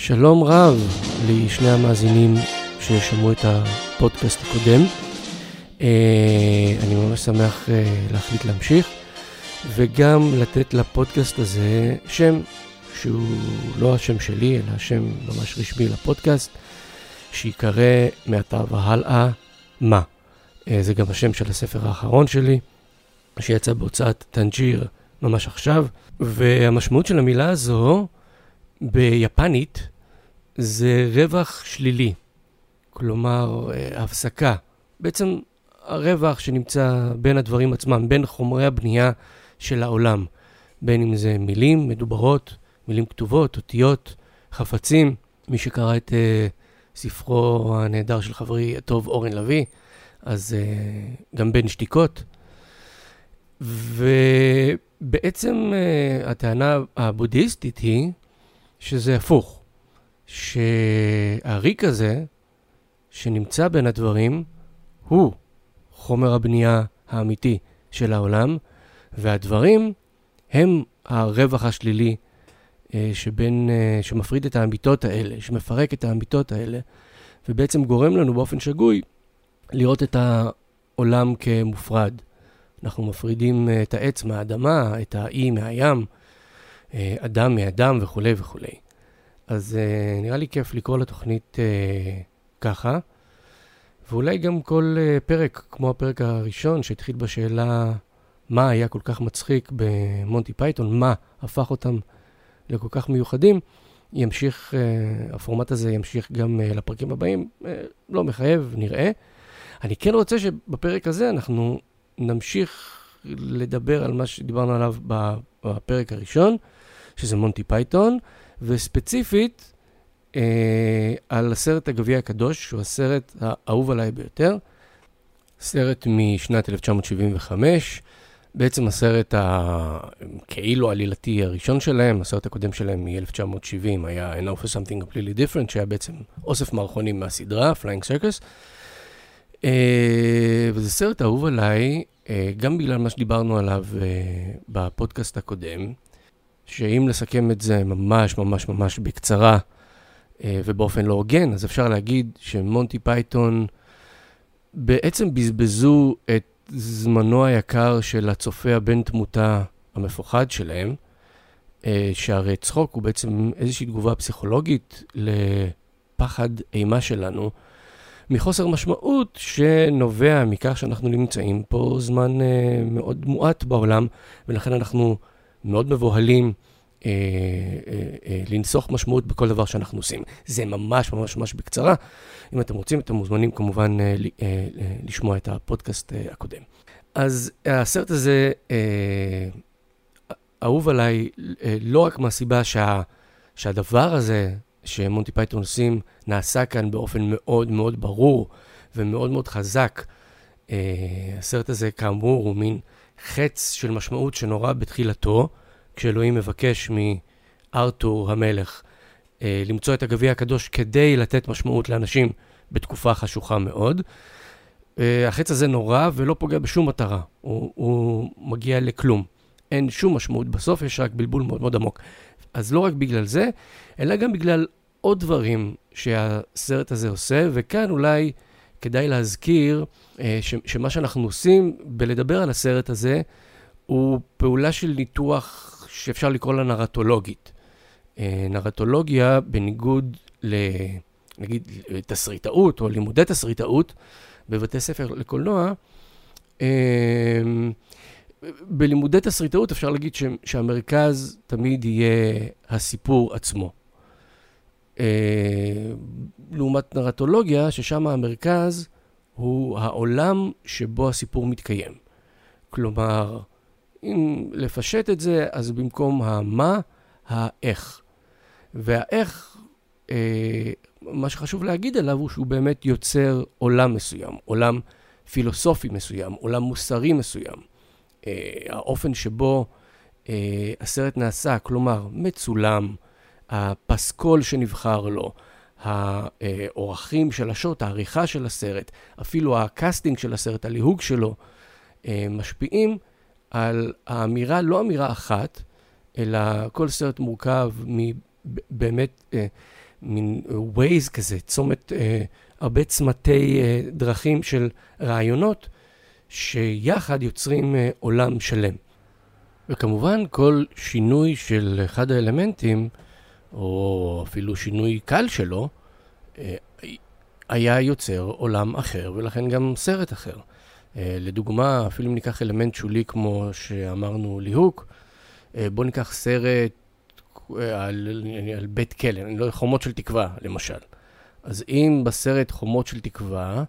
שלום רב לשני המאזינים ששמעו את הפודקאסט הקודם. אני ממש שמח להחליט להמשיך וגם לתת לפודקאסט הזה שם שהוא לא השם שלי אלא השם ממש רשמי לפודקאסט, שיקרא מעתה והלאה מה. זה גם השם של הספר האחרון שלי שיצא בהוצאת טנג'יר ממש עכשיו, והמשמעות של המילה הזו ביפנית זה רווח שלילי, כלומר הפסקה, בעצם הרווח שנמצא בין הדברים עצמם, בין חומרי הבנייה של העולם, בין אם זה מילים מדוברות, מילים כתובות, אותיות, חפצים. מי שקרא את ספרו הנהדר של חברי הטוב אורן לוי, אז גם בין שתיקות. ובעצם הטענה הבודהיסטית היא שזה הפוך, שהריק הזה שנמצא בין הדברים הוא חומר הבנייה האמיתי של העולם, והדברים הם הרווח השלילי שמפריד את האמיתות האלה, שמפרק את האמיתות האלה, ובעצם גורם לנו באופן שגוי לראות את העולם כמופרד. אנחנו מפרידים את העץ מהאדמה, את האי מהים, אדם מאדם וכו' וכו'. אז נראה לי כיף לקרוא לתוכנית ככה, ואולי גם כל פרק, כמו הפרק הראשון שהתחיל בשאלה מה היה כל כך מצחיק במונטי פייתון, מה הפך אותם לכל כך מיוחדים, ימשיך, הפורמט הזה ימשיך גם לפרקים הבאים, לא מחייב, נראה. אני כן רוצה שבפרק הזה אנחנו נמשיך לדבר על מה שדיברנו עליו בפרק הראשון, שזה מונטי פייתון, וספציפית על הסרט הגביע הקדוש, שהוא הסרט האהוב עליי ביותר, סרט משנת 1975, בעצם הסרט כאילו עלילתי הראשון שלהם. הסרט הקודם שלהם מ-1970 היה I Know for Something Completely Different, שהיה בעצם אוסף מערכונים מהסדרה, Flying Circus. וזה סרט אהוב עליי, גם בגלל מה שדיברנו עליו בפודקאסט הקודם, שאם לסכם את זה ממש ממש ממש בקצרה ובאופן לא הוגן, אז אפשר להגיד שמונטי פייתון בעצם בזבזו את זמנו היקר של הצופה הבן תמותה המפוחד שלהם, שהרי צחוק הוא בעצם איזושהי תגובה פסיכולוגית לפחד אימה שלנו, מחוסר משמעות שנובע מכך שאנחנו נמצאים פה זמן מאוד מועט בעולם, ולכן אנחנו מאוד מבוהלים לנסוך משמעות בכל דבר שאנחנו עושים. זה ממש ממש ממש בקצרה. אם אתם רוצים, אתם מוזמנים כמובן לשמוע את הפודקאסט הקודם. אז הסרט הזה אהוב עליי לא רק מהסיבה שהדבר הזה שמונטי פייתון עושים נעשה כאן באופן מאוד מאוד ברור ומאוד מאוד חזק. הסרט הזה כאמור הוא מין חץ של משמעות שנורא בתחילתו, כשאלוהים מבקש מארתור המלך למצוא את הגביע הקדוש כדי לתת משמעות לאנשים בתקופה חשוכה מאוד. החץ הזה נורא ולא פוגע בשום מטרה, הוא מגיע לכלום. אין שום משמעות בסוף, יש רק בלבול מאוד מאוד עמוק. אז לא רק בגלל זה, אלא גם בגלל עוד דברים שהסרט הזה עושה, וכאן אולי כדאי להזכיר שמה שאנחנו עושים בלדבר על הסרט הזה, הוא פעולה של ניתוח שאפשר לקרוא לה נרטולוגית. נרטולוגיה בניגוד נגיד תסריטאות או לימודי תסריטאות בבתי ספר לקולנוע, בלימודי תסריטאות אפשר להגיד שהמרכז תמיד יהיה הסיפור עצמו. לעומת נרטולוגיה, ששם המרכז הוא העולם שבו הסיפור מתקיים. כלומר, אם לפשט את זה, אז במקום המה, האיך. והאיך, מה שחשוב להגיד עליו הוא שהוא באמת יוצר עולם מסוים, עולם פילוסופי מסוים, עולם מוסרי מסוים. האופן שבו הסרט נעשה, כלומר, מצולם, הפסקול שנבחר לו, האורחים של השוט, העריכה של הסרט, אפילו הקאסטינג של הסרט, הליהוג שלו, משפיעים על האמירה, לא אמירה אחת, אלא כל סרט מורכב באמת מין ווייז כזה, צומת, הרבה צמתי דרכים של רעיונות, שיחד יוצרים עולם שלם. וכמובן כל שינוי של אחד האלמנטים, או אפילו שינוי קל שלו, היה יוצר עולם אחר, ולכן גם סרט אחר. לדוגמה, אפילו אם ניקח אלמנט שולי כמו שאמרנו ליהוק, בוא ניקח סרט על בית כלא, חומות של תקווה למשל. אז אם בסרט חומות של תקווה,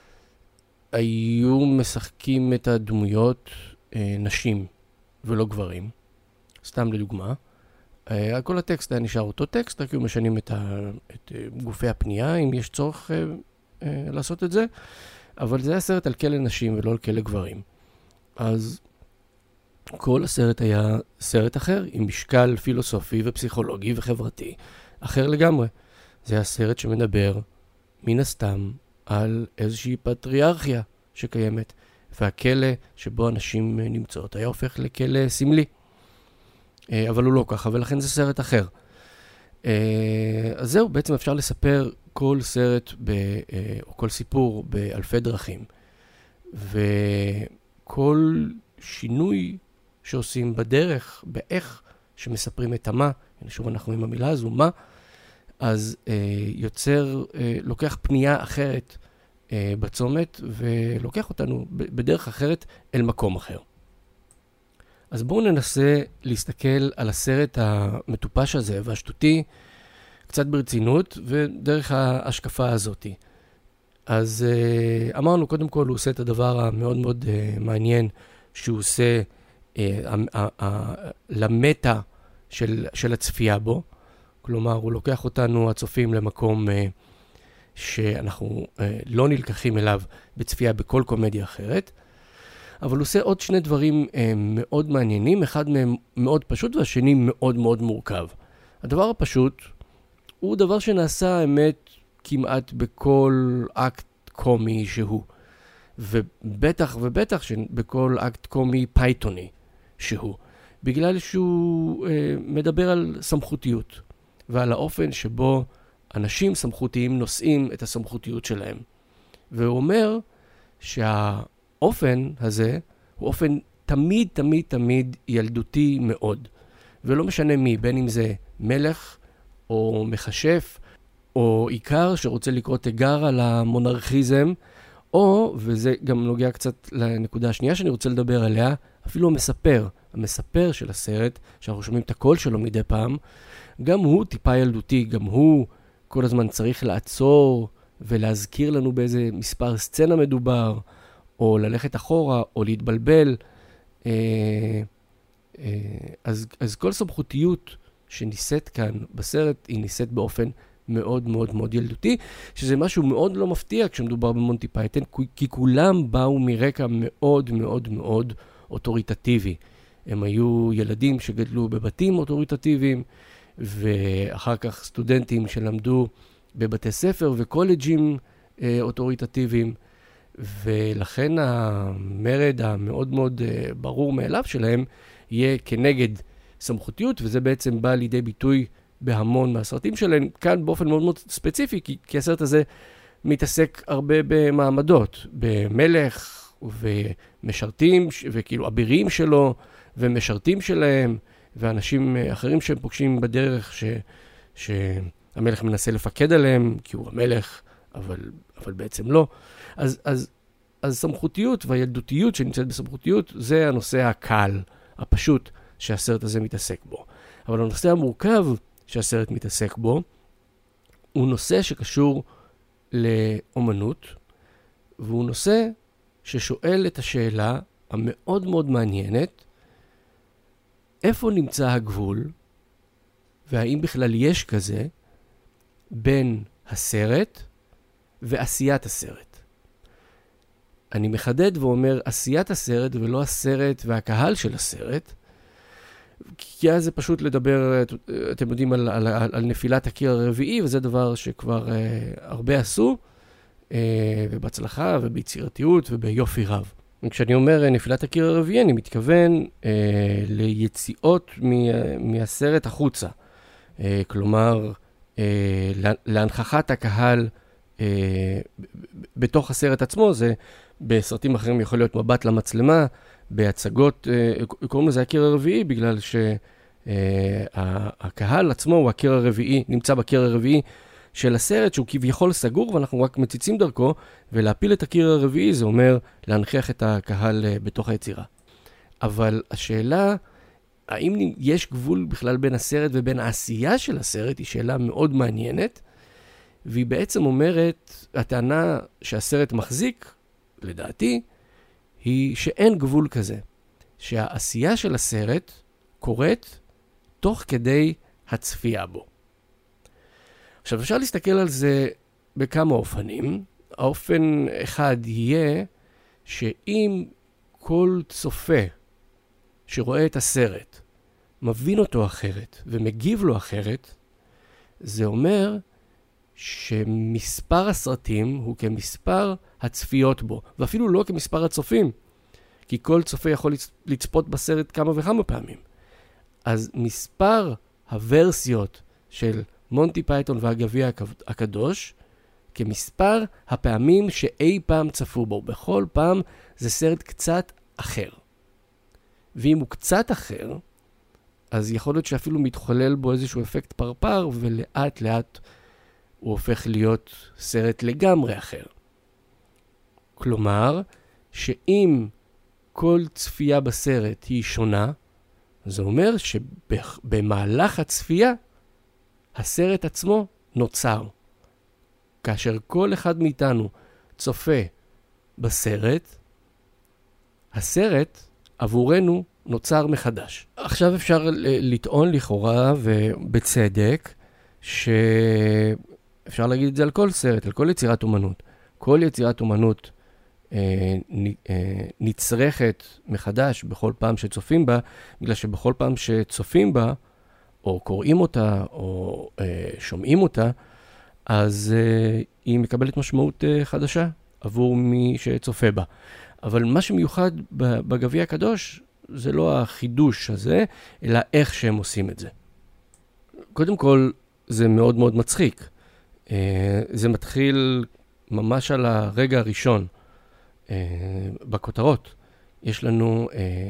היו משחקים את הדמויות נשים ולא גברים, סתם לדוגמה, כל הטקסט היה נשאר אותו טקסט, רק היו משנים את גופי הפנייה, אם יש צורך לעשות את זה, אבל זה היה סרט על כלא נשים ולא על כלא גברים. אז כל הסרט היה סרט אחר, עם משקל פילוסופי ופסיכולוגי וחברתי, אחר לגמרי. זה היה סרט שמדבר, מן הסתם, על איזושהי פטריארכיה שקיימת, והכלא שבו אנשים נמצאות היה הופך לכלא סמלי. אבל הוא לא ככה, ולכן זה סרט אחר. אז זהו, בעצם אפשר לספר כל סרט או כל סיפור באלפי דרכים. וכל שינוי שעושים בדרך, באיך שמספרים את המה, שוב אנחנו עם המילה הזו, מה, אז יוצר, לוקח פנייה אחרת בצומת, ולוקח אותנו בדרך אחרת אל מקום אחר. אז בואו ננסה להסתכל על הסרט המטופש הזה והשטותי קצת ברצינות ודרך ההשקפה הזאת. אז אמרנו, קודם כל הוא עושה את הדבר המאוד מאוד מעניין שהוא עושה למטה של הצפייה בו. כלומר, הוא לוקח אותנו הצופים למקום שאנחנו לא נלקחים אליו בצפייה בכל קומדיה אחרת. אבל הוא עושה עוד שני דברים מאוד מעניינים, אחד מהם מאוד פשוט והשני מאוד מאוד מורכב. הדבר הפשוט הוא דבר שנעשה האמת כמעט בכל אקט קומי שהוא, ובטח בכל אקט קומי פייתוני שהוא, בגלל שהוא מדבר על סמכותיות, ועל האופן שבו אנשים סמכותיים נושאים את הסמכותיות שלהם. והוא אומר שהאופן הזה הוא אופן תמיד ילדותי מאוד, ולא משנה מי, בין אם זה מלך או מחשף, או עיקר שרוצה לקרוא תיגר על המונרכיזם, או, וזה גם נוגע קצת לנקודה השנייה שאני רוצה לדבר עליה, אפילו המספר של הסרט, שאנחנו שומעים את הקול שלו מדי פעם, גם הוא טיפה ילדותי, גם הוא כל הזמן צריך לעצור ולהזכיר לנו באיזה מספר סצנה מדובר, או ללכת אחורה, או להתבלבל. אז כל סמכותיות שניסית כאן בסרט, היא ניסית באופן מאוד מאוד מאוד ילדותי, שזה משהו מאוד לא מפתיע כשמדובר במונטי פייתון, כי כולם באו מרקע מאוד מאוד מאוד אוטוריטטיבי. הם היו ילדים שגדלו בבתים אוטוריטטיביים, ואחר כך סטודנטים שלמדו בבתי ספר וקולג'ים אוטוריטטיביים, ולכן המרד המאוד מאוד ברור מאליו שלהם יהיה כנגד סמכותיות, וזה בעצם בא לידי ביטוי בהמון מהסרטים שלהם, כאן באופן מאוד מאוד ספציפי, כי הסרט הזה מתעסק הרבה במעמדות, במלך ומשרתים, וכאילו אבירים שלו ומשרתים שלהם, ואנשים אחרים שהם פוגשים בדרך שהמלך מנסה לפקד עליהם, כי הוא המלך, אבל בעצם לא. אז סמכותיות והילדותיות שנמצאת בסמכותיות, זה הנושא הקל, הפשוט, שהסרט הזה מתעסק בו. אבל הנושא המורכב שהסרט מתעסק בו, הוא נושא שקשור לאומנות, והוא נושא ששואל את השאלה המאוד מאוד מעניינת, איפה נמצא הגבול, והאם בכלל יש כזה, בין הסרט ועשיית הסרט. אני מחדד ואומר עשיית הסרט ולא הסרט והקהל של הסרט, כי אז זה פשוט לדבר, אתם יודעים, על נפילת הקיר הרביעי, וזה דבר שכבר הרבה עשו, ובהצלחה וביצירתיות וביופי רב. כשאני אומר נפילת הקיר הרביעי, אני מתכוון ליציאות מהסרט החוצה. כלומר, להנכחת הקהל בתוך הסרט עצמו. זה בסרטים אחרים יכול להיות מבט למצלמה, בהצגות, קוראים לזה הקיר הרביעי, בגלל שהקהל עצמו הוא הקיר הרביעי, נמצא בקיר הרביעי של הסרט, שהוא כביכול סגור, ואנחנו רק מציצים דרכו, ולהפיל את הקיר הרביעי זה אומר להנכיח את הקהל בתוך היצירה. אבל השאלה, האם יש גבול בכלל בין הסרט ובין העשייה של הסרט, היא שאלה מאוד מעניינת, והיא בעצם אומרת, הטענה שהסרט מחזיק, לדעתי, היא שאין גבול כזה. שהעשייה של הסרט קורית תוך כדי הצפייה בו. עכשיו, אפשר להסתכל על זה בכמה אופנים. האופן אחד יהיה שאם כל צופה שרואה את הסרט מבין אותו אחרת ומגיב לו אחרת, זה אומר שמספר הסרטים הוא כמספר הצפיות בו, ואפילו לא כמספר הצופים, כי כל צופה יכול לצפות בסרט כמה וכמה פעמים. אז מספר הוורסיות של מונטי פייתון והגביע הקדוש, כמספר הפעמים שאי פעם צפו בו. בכל פעם זה סרט קצת אחר. ואם הוא קצת אחר, אז יכול להיות שאפילו מתחולל בו איזשהו אפקט פרפר, ולאט לאט הוא הופך להיות סרט לגמרי אחר. כלומר, שאם כל צפייה בסרט היא שונה, זה אומר שבמהלך הצפייה, הסרט עצמו נוצר. כאשר כל אחד מאיתנו צופה בסרט, הסרט עבורנו נוצר מחדש. עכשיו אפשר לטעון לכאורה ובצדק שאפשר להגיד את זה על כל סרט, על כל יצירת אומנות. כל יצירת אומנות נצרכת מחדש בכל פעם שצופים בה, בגלל שבכל פעם שצופים בה, או קוראים אותה, או שומעים אותה, אז היא מקבלת משמעות חדשה עבור מי שצופה בה. אבל מה שמיוחד בגביע הקדוש זה לא החידוש הזה, אלא איך שהם עושים את זה. קודם כל, זה מאוד מאוד מצחיק. זה מתחיל ממש על הרגע הראשון. בכותרות. יש לנו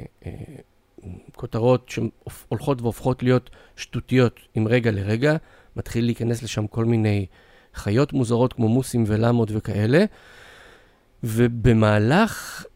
כותרות שהולכות והופכות להיות שטותיות עם רגע לרגע. מתחיל להיכנס לשם כל מיני חיות מוזרות כמו מוסים ולמות וכאלה. ובמהלך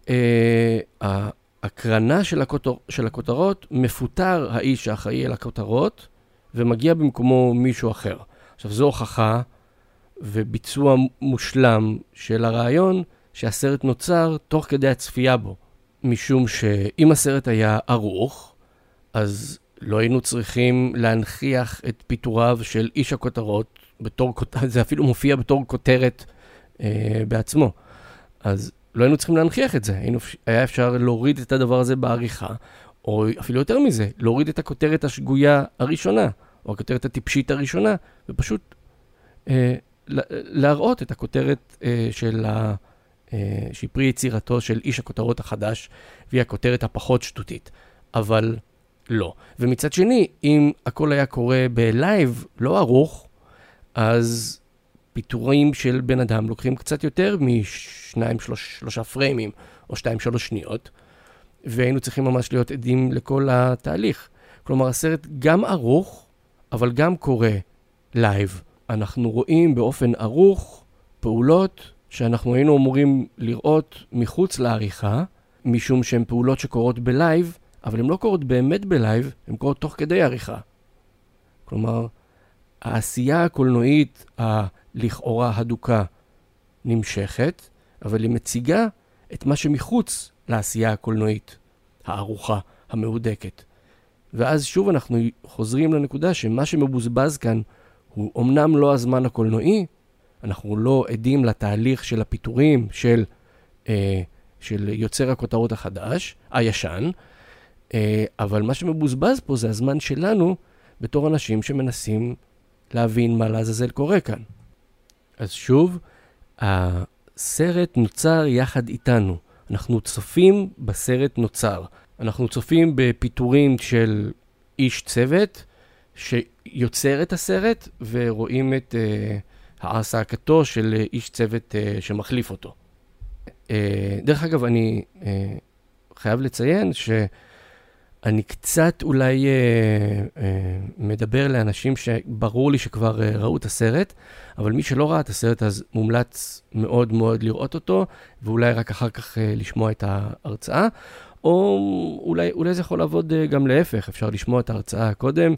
הקרנה של הכותרות מפוטר האיש האחראי על הכותרות ומגיע במקומו מישהו אחר. עכשיו זו הוכחה וביצוע מושלם של הרעיון שהסרט נוצר תוך כדי הצפייה בו. משום שאם הסרט היה ערוך, אז לא היינו צריכים להנכיח את פיתוריו של איש הכותרות, זה אפילו מופיע בתור כותרת בעצמו. אז לא היינו צריכים להנכיח את זה. היה אפשר להוריד את הדבר הזה בעריכה, או אפילו יותר מזה, להוריד את הכותרת השגויה הראשונה, או הכותרת הטיפשית הראשונה, ופשוט להראות את הכותרת שהיא פרי יצירתו של איש הכותרות החדש, והיא הכותרת הפחות שטותית. אבל לא. ומצד שני, אם הכל היה קורה בלייב לא ערוך, אז פיתורים של בן אדם לוקחים קצת יותר מ2-3 פריימים, או 2-3 שניות, והיינו צריכים ממש להיות עדים לכל התהליך. כלומר, הסרט גם ערוך, אבל גם קורה לייב. אנחנו רואים באופן ערוך פעולות שאנחנו היינו אמורים לראות מחוץ לעריכה, משום שהן פעולות שקורות בלייב, אבל הן לא קורות באמת בלייב, הן קורות תוך כדי עריכה. כלומר, העשייה הקולנועית הלכאורה הדוקה נמשכת, אבל היא מציגה את מה שמחוץ לעשייה הקולנועית, הערוכה, המהודקת. ואז שוב אנחנו חוזרים לנקודה שמה שמבוזבז כאן הוא אומנם לא הזמן הקולנועי, אנחנו לא עדים לתהליך של הפיתורים של יוצר הכותרות החדש, הישן, אבל מה שמבוזבז פה זה הזמן שלנו בתור אנשים שמנסים להבין מה לעזאזל קורה כאן. אז שוב, הסרט נוצר יחד איתנו. אנחנו צופים בסרט נוצר. אנחנו צופים בפיתורים של איש צוות שיוצר את הסרט, ורואים את העסקתו של איש צוות שמחליף אותו. דרך אגב, אני חייב לציין שאני קצת אולי מדבר לאנשים שברור לי שכבר ראו את הסרט, אבל מי שלא ראה את הסרט אז מומלץ מאוד מאוד לראות אותו, ואולי רק אחר כך לשמוע את ההרצאה, או אולי זה יכול לעבוד גם להפך, אפשר לשמוע את ההרצאה קודם,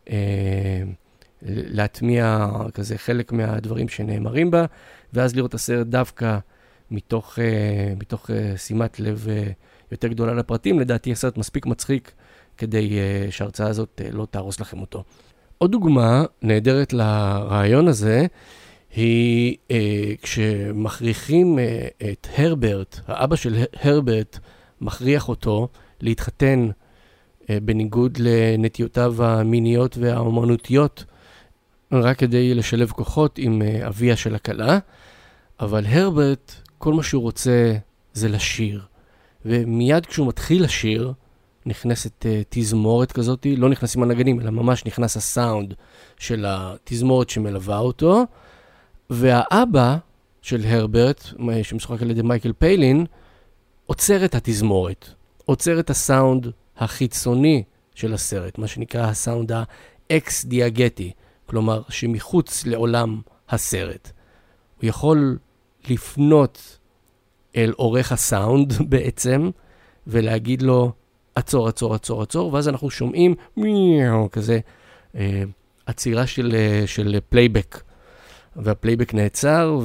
להטמיע כזה חלק מהדברים שנאמרים בה, ואז לראות את הסרט דווקא מתוך שימת לב יותר גדולה לפרטים. לדעתי הסרט מספיק מצחיק כדי שההרצאה הזאת לא תהרוס לכם אותו. עוד דוגמה נהדרת לרעיון הזה, היא כשמכריחים את הרברט, האבא של הרברט מכריח אותו להתחתן בניגוד לנטיותיו המיניות והאומנותיות, רק כדי לשלב כוחות עם אביה של הכלה. אבל הרברט, כל מה שהוא רוצה זה לשיר. ומיד כשהוא מתחיל לשיר, נכנסת תזמורת כזאת, לא נכנסים הנגנים, אלא ממש נכנס הסאונד של התזמורת שמלווה אותו, והאבא של הרברט, שמשוחק על ידי מייקל פיילין, עוצר את התזמורת, עוצר את הסאונד החיצוני של הסרט, מה שנקרא הסאונד האקס-דיאגטי, כלומר שמחוץ לעולם הסרט. הוא יכול לפנות אל עורך הסאונד בעצם, ולהגיד לו, עצור, עצור, עצור, עצור, ואז אנחנו שומעים מיהו, כזה עצירה של פלייבק. והפלייבק נעצר,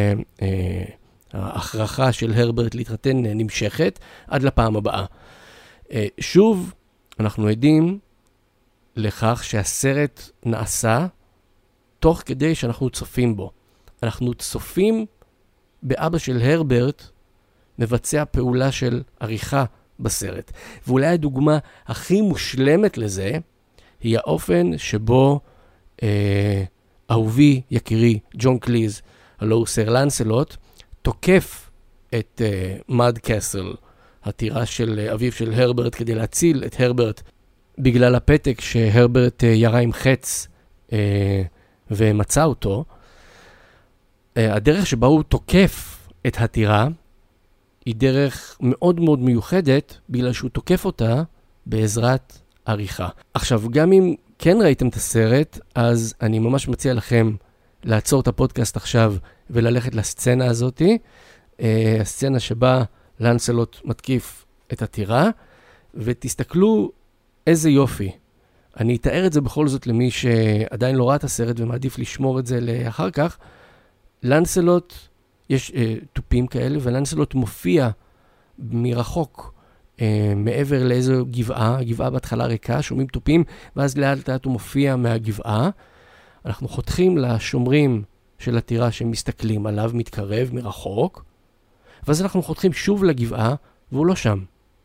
וההכרחה של הרברט להתחתן נמשכת עד לפעם הבאה. שוב, אנחנו עדים לכך שהסרט נעשה תוך כדי שאנחנו צופים בו. אנחנו צופים באבא של הרברט מבצע פעולה של עריכה בסרט. ואולי הדוגמה הכי מושלמת לזה היא האופן שבו אהובי יקירי ג'ון קליז, הלא הוא סר לנסלוט, תוקף את מד קסל, הטירה של אביו של הרברט, כדי להציל את הרברט בגלל הפתק שהרברט ירה עם חץ ומצא אותו. הדרך שבה הוא תוקף את הטירה היא דרך מאוד מאוד מיוחדת, בגלל שהוא תוקף אותה בעזרת עריכה. עכשיו, גם אם כן ראיתם את הסרט, אז אני ממש מציע לכם לעצור את הפודקאסט עכשיו וללכת לסצנה הזאת, הסצנה שבה לנסלוט מתקיף את הטירה, ותסתכלו איזה יופי. אני אתאר את זה בכל זאת למי שעדיין לא ראה את הסרט ומעדיף לשמור את זה לאחר כך. לנסלוט, יש טופים כאלה, ולנסלוט מופיע מרחוק מעבר לאיזו גבעה, הגבעה בהתחלה ריקה, שומעים טופים, ואז לאט לאט הוא מופיע מהגבעה. אנחנו חותכים לשומרים של הטירה שמסתכלים עליו, מתקרב מרחוק, ואז אנחנו חותכים שוב לגבעה, והוא לא שם.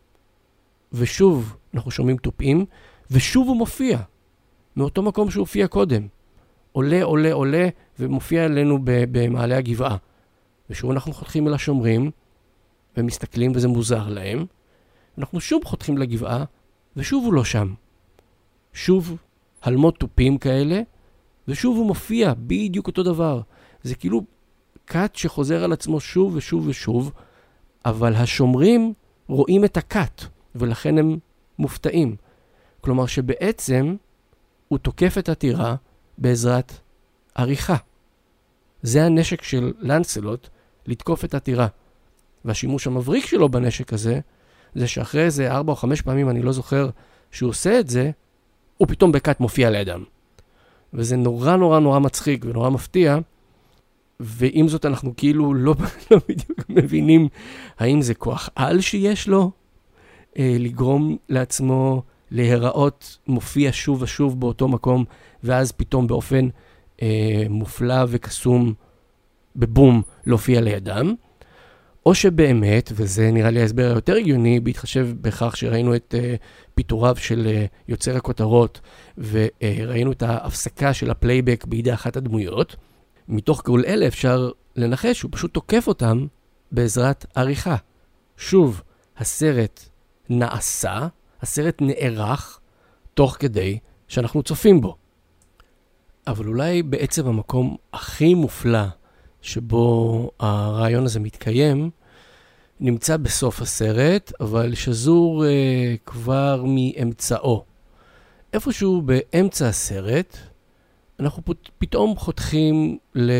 ושוב אנחנו שומעים טופים, ושוב הוא מופיע, מאותו מקום שהוא הופיע קודם. עולה, עולה, עולה, ומופיע אלינו במעלה הגבעה. ושוב אנחנו חותכים אל השומרים, ומסתכלים, וזה מוזר להם. אנחנו שוב חותכים לגבעה, ושוב הוא לא שם. שוב הלמות טופים כאלה, ושוב הוא מופיע, בדיוק אותו דבר. זה כאילו קאט שחוזר על עצמו שוב ושוב ושוב, אבל השומרים רואים את הקאט, ולכן הם מופתעים. כלומר שבעצם הוא תוקף את הטירה בעזרת עריכה. זה הנשק של לנסלוט, לתקוף את הטירה. והשימוש המבריק שלו בנשק הזה, זה שאחרי איזה 4 או 5 פעמים, אני לא זוכר שהוא עושה את זה, הוא פתאום בקאט מופיע לידם. וזה נורא נורא נורא מצחיק ונורא מפתיע, ועם זאת אנחנו כאילו לא בדיוק מבינים האם זה כוח על שיש לו, לגרום לעצמו להיראות מופיע שוב ושוב באותו מקום, ואז פתאום באופן מופלא וקסום בבום להופיע לידם, או שבאמת, וזה נראה לי ההסבר היותר הגיוני, בהתחשב בכך שראינו את פיתוריו של יוצר הכותרות, וראינו את ההפסקה של הפלייבק בידי אחת הדמויות, מתוך כל אלה אפשר לנחש שהוא פשוט תוקף אותם בעזרת עריכה. שוב, הסרט נעשה, הסרט נערך, תוך כדי שאנחנו צופים בו. אבל אולי בעצם המקום הכי מופלא שבו הרעיון הזה מתקיים, נמצא בסוף הסרט, אבל שזור כבר מאמצעו. איפשהו באמצע הסרט, אנחנו פתאום חותכים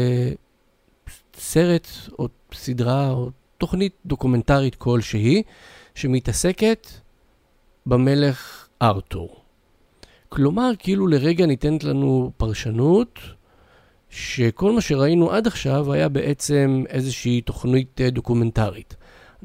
לסרט או סדרה או תוכנית דוקומנטרית כלשהי, שמתעסקת במלך ארתור. כלומר, כאילו לרגע ניתנת לנו פרשנות, שכל מה שראינו עד עכשיו היה בעצם איזושהי תוכנית דוקומנטרית.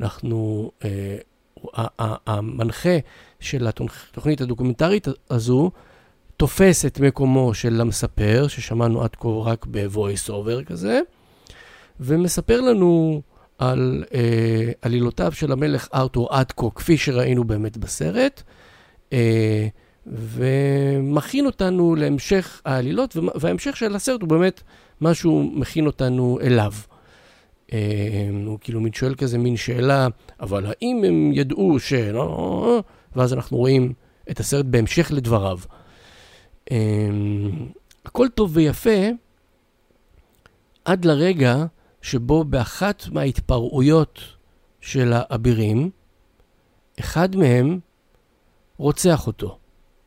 המנחה של התוכנית הדוקומנטרית הזו, תופס את מקומו של המספר, ששמענו עד כה רק ב-voice over כזה, ומספר לנו על עלילותיו של המלך ארתור עד כה, כפי שראינו באמת בסרט, ומכין אותנו להמשך העלילות, וההמשך של הסרט הוא באמת משהו מכין אותנו אליו. הוא כאילו מין שואל כזה מין שאלה, אבל האם הם ידעו ואז אנחנו רואים את הסרט בהמשך לדבריו. הכל טוב ויפה, עד לרגע שבו באחת מההתפרעויות של האבירים, אחד מהם רוצח אותו.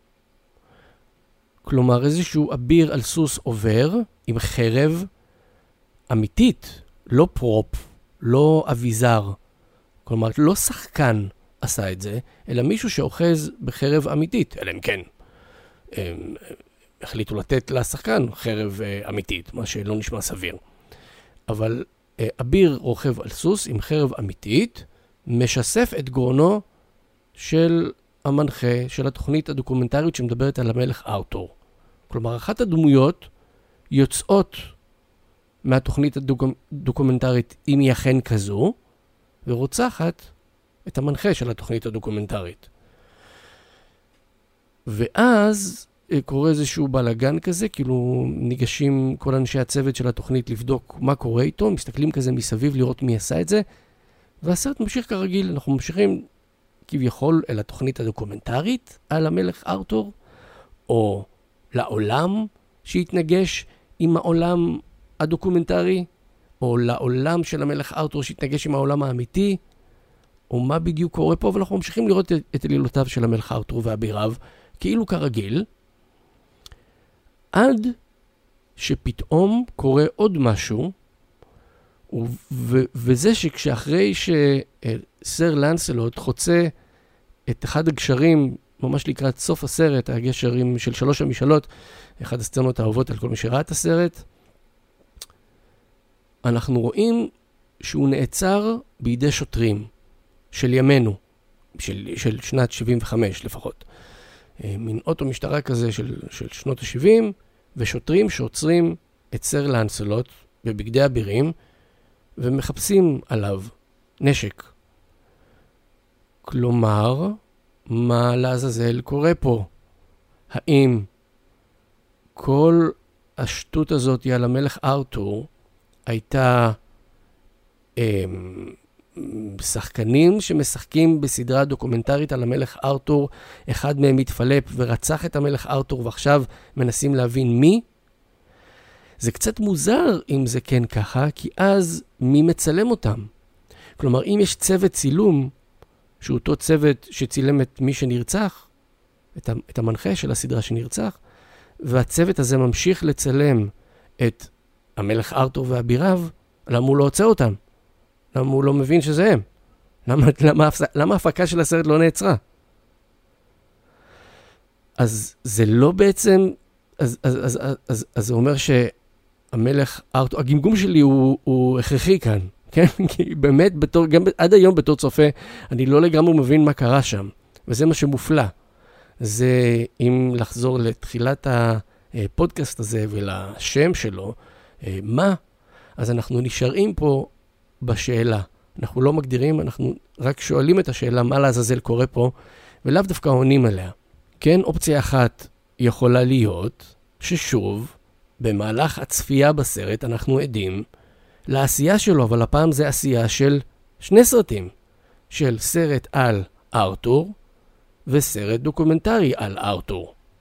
כלומר, איזשהו אביר על סוס עובר עם חרב אמיתית, לא פרופ, לא אביזר. כלומר, לא שחקן עשה את זה, אלא מישהו שאוחז בחרב אמיתית, אלא אם כן. החליטו לתת לשחקן חרב אמיתית, מה שלא נשמע סביר. אבל אביר רוכב על סוס עם חרב אמיתית, משסף את גרונו של המנחה של התוכנית הדוקומנטרית שמדברת על המלך ארתור. כלומר, אחת הדמויות יוצאות מהתוכנית הדוקומנטרית, אם היא אכן כזו, ורוצחת את המנחה של התוכנית הדוקומנטרית. ואז קורה איזשהו בלגן כזה, כאילו ניגשים כל אנשי הצוות של התוכנית לבדוק מה קורה איתו, מסתכלים כזה מסביב לראות מי עשה את זה, והסרט ממשיך כרגיל, אנחנו ממשיכים כביכול אל התוכנית הדוקומנטרית על המלך ארתור, או לעולם שהתנגש עם העולם הדוקומנטרי, או לעולם של המלך ארתור שהתנגש עם העולם האמיתי, או מה בדיוק קורה פה, ואנחנו ממשיכים לראות את עלילותיו של המלך ארתור ואביריו, כאילו כרגיל, עד שפתאום קורה עוד משהו, וזה שכשאחרי שסר לנסלוט חוצה את אחד הגשרים, ממש לקראת סוף הסרט, הגשרים של 3 המשאלות, אחד הסצנות האהובות על כל מי שראה את הסרט, אנחנו רואים שהוא נעצר בידי שוטרים של ימינו, של שנת 75 לפחות. מין אוטו משטרה כזה של שנות ה-70, ושוטרים שעוצרים את סר לנסלוט בבגדי אבירים, ומחפשים עליו נשק. כלומר, מה לעזאזל קורה פה? האם כל השטות הזאת על המלך ארתור הייתה שחקנים שמשחקים בסדרה דוקומנטרית על המלך ארתור, אחד מהם מתפלפ ורצח את המלך ארתור ועכשיו מנסים להבין מי? זה קצת מוזר אם זה כן ככה, כי אז מי מצלם אותם? כלומר, אם יש צוות צילום, שהוא אותו צוות שצילם את מי שנרצח, את המנחה של הסדרה שנרצח, והצוות הזה ממשיך לצלם את המלך ארתור ואביריו, למה הוא לא עוצר אותם? למה הוא לא מבין שזה הם? למה ההפקה של הסרט לא נעצרה? אז זה לא בעצם, אז זה אומר שהמלך ארתור, הגמגום שלי הוא הכרחי כאן, כן? כי באמת, גם עד היום בתור צופה, אני לא לגמרי מבין מה קרה שם, וזה מה שמופלא. זה, אם לחזור לתחילת הפודקאסט הזה ולשם שלו, מה? אז אנחנו נשארים פה בשאלה. אנחנו לא מגדירים, אנחנו רק שואלים את השאלה מה לעזאזל קורה פה, ולאו דווקא עונים עליה. כן, אופציה אחת יכולה להיות ששוב, במהלך הצפייה בסרט אנחנו עדים לעשייה שלו, אבל הפעם זה עשייה של 2 סרטים, של סרט על ארתור וסרט דוקומנטרי על ארתור.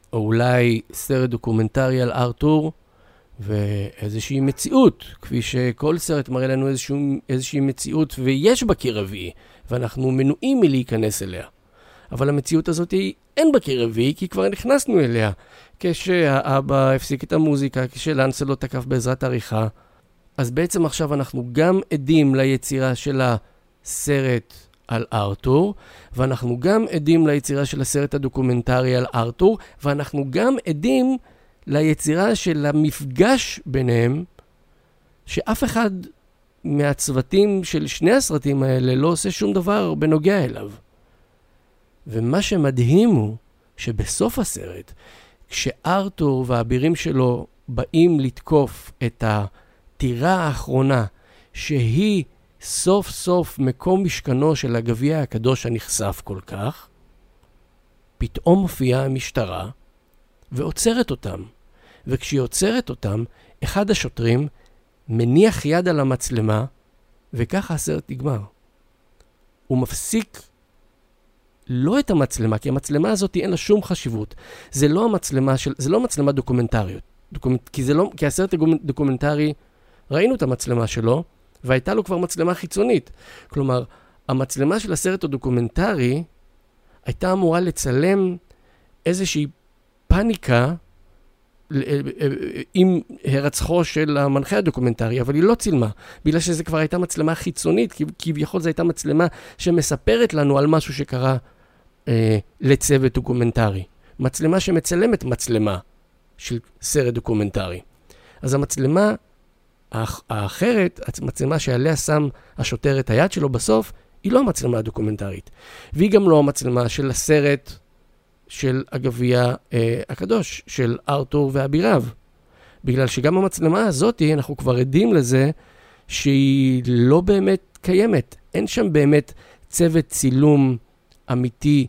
או אולי סרט דוקומנטרי על ארתור, ואיזושהי מציאות, כפי שכל סרט מראה לנו איזושהי מציאות, ויש בה קיר רביעי, ואנחנו מנועים מלהיכנס אליה. אבל המציאות הזאת אין בה קיר רביעי, כי כבר נכנסנו אליה. כשהאבא הפסיק את המוזיקה, כשלנסלוט תקף בעזרת עריכה, אז בעצם עכשיו אנחנו גם עדים ליצירה של הסרט על ארתור, ואנחנו גם עדים ליצירה של הסרט הדוקומנטרי על ארתור, ואנחנו גם עדים ליצירה של המפגש ביניהם, שאף אחד מהצוותים של שני הסרטים האלה לא עושה שום דבר בנוגע אליו. ומה שמדהים הוא שבסוף הסרט, כשארתור והאבירים שלו באים לתקוף את הטירה האחרונה, שהיא סוף סוף מקום משכנו של הגביע הקדוש הנחשף כל כך, פתאום מופיעה המשטרה ועוצרת אותם. וכשהיא עוצרת אותם, אחד השוטרים מניח יד על המצלמה, וככה הסרט נגמר. הוא מפסיק לא את המצלמה, כי המצלמה הזאת אין לה שום חשיבות. זה לא מצלמה דוקומנטריות. כי הסרט הדוקומנטרי, ראינו את המצלמה שלו, והייתה לו כבר מצלמה חיצונית. כלומר, המצלמה של הסרט הדוקומנטרי הייתה אמורה לצלם איזושהי פאניקה עם הרצחו של המנחה הדוקומנטרי, אבל היא לא צילמה, בגלל שזה כבר הייתה מצלמה חיצונית, כי כביכול זו הייתה מצלמה שמספרת לנו על משהו שקרה לצוות דוקומנטרי. מצלמה שמצלמת מצלמה של סרט דוקומנטרי. אז המצלמה האחרת, המצלמה שעליה שם השוטר את היד שלו בסוף, היא לא המצלמה הדוקומנטרית. והיא גם לא המצלמה של הסרט של הגביע הקדוש, של ארתור ואביריו. בגלל שגם המצלמה הזאת, אנחנו כבר עדים לזה שהיא לא באמת קיימת. אין שם באמת צוות צילום אמיתי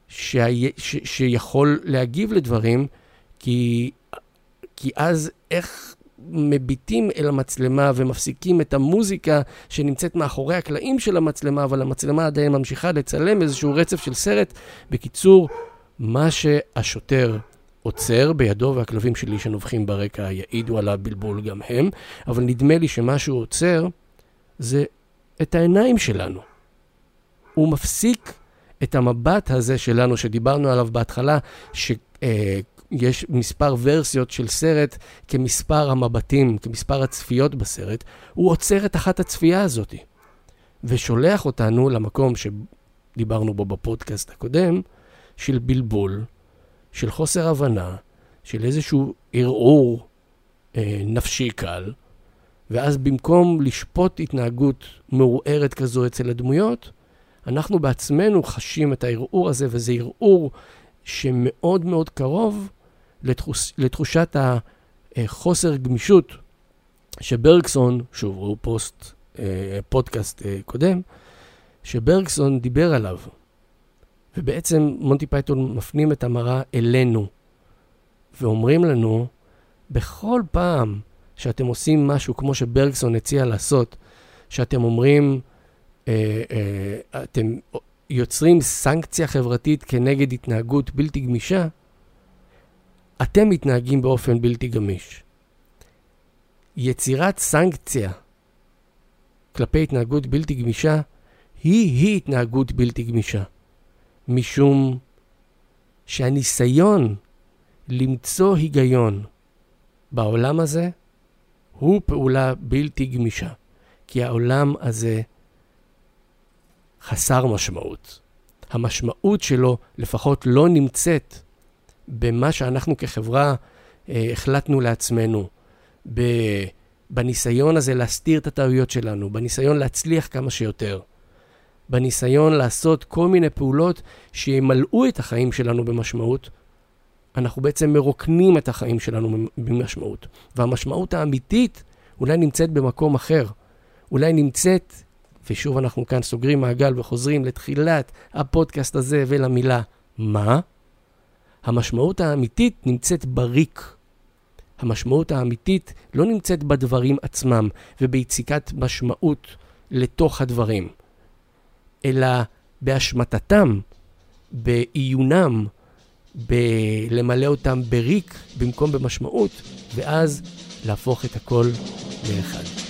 שיכול להגיב לדברים, כי אז איך מביטים אל המצלמה ומפסיקים את המוזיקה שנמצאת מאחורי הקלעים של המצלמה, אבל המצלמה עדיין ממשיכה לצלם איזשהו רצף של סרט. בקיצור, מה שהשוטר עוצר בידו, והכלבים שלי שנובחים ברקע יעידו על הבלבול גם הם, אבל נדמה לי שמה שהוא עוצר זה את העיניים שלנו. הוא מפסיק את המבט הזה שלנו שדיברנו עליו בהתחלה, יש מספר ורסיות של סרט כמספר המבטים, כמספר הצפיות בסרט. הוא עוצר את אחת הצפייה הזאת ושולח אותנו למקום שדיברנו בו בפודקאסט הקודם, של בלבול, של חוסר הבנה, של איזשהו ערעור נפשי קל, ואז במקום לשפוט התנהגות מעורערת כזו אצל הדמויות, אנחנו בעצמנו חשים את הערעור הזה, וזה ערעור שמאוד מאוד קרוב לתחושת החוסר גמישות שברגסון, שוב, הוא פודקאסט קודם, שברגסון דיבר עליו. ובעצם מונטי פייתון מפנים את המראה אלינו, ואומרים לנו, בכל פעם שאתם עושים משהו כמו שברגסון הציע לעשות, שאתם אומרים, אתם יוצרים סנקציה חברתית כנגד התנהגות בלתי גמישה, אתם מתנהגים באופן בלתי גמיש. יצירת סנקציה כלפי התנהגות בלתי גמישה, היא התנהגות בלתי גמישה. משום שהניסיון למצוא היגיון בעולם הזה הוא פעולה בלתי גמישה. כי העולם הזה חסר משמעות. המשמעות שלו לפחות לא נמצאת במה שאנחנו כחברה החלטנו לעצמנו, בניסיון הזה להסתיר את הטעויות שלנו, בניסיון להצליח כמה שיותר, בניסיון לעשות כל מיני פעולות שימלאו את החיים שלנו במשמעות. אנחנו בעצם מרוקנים את החיים שלנו במשמעות. והמשמעות האמיתית אולי נמצאת במקום אחר. אולי נמצאת, ושוב אנחנו כאן סוגרים מעגל וחוזרים לתחילת הפודקאסט הזה ולמילה מה? המשמעות האמיתית נמצאת בריק. המשמעות האמיתית לא נמצאת בדברים עצמם וביציקת משמעות לתוך הדברים, אלא בהשמטתם, בעיונם, למלא אותם בריק במקום במשמעות, ואז להפוך את הכל לאחד.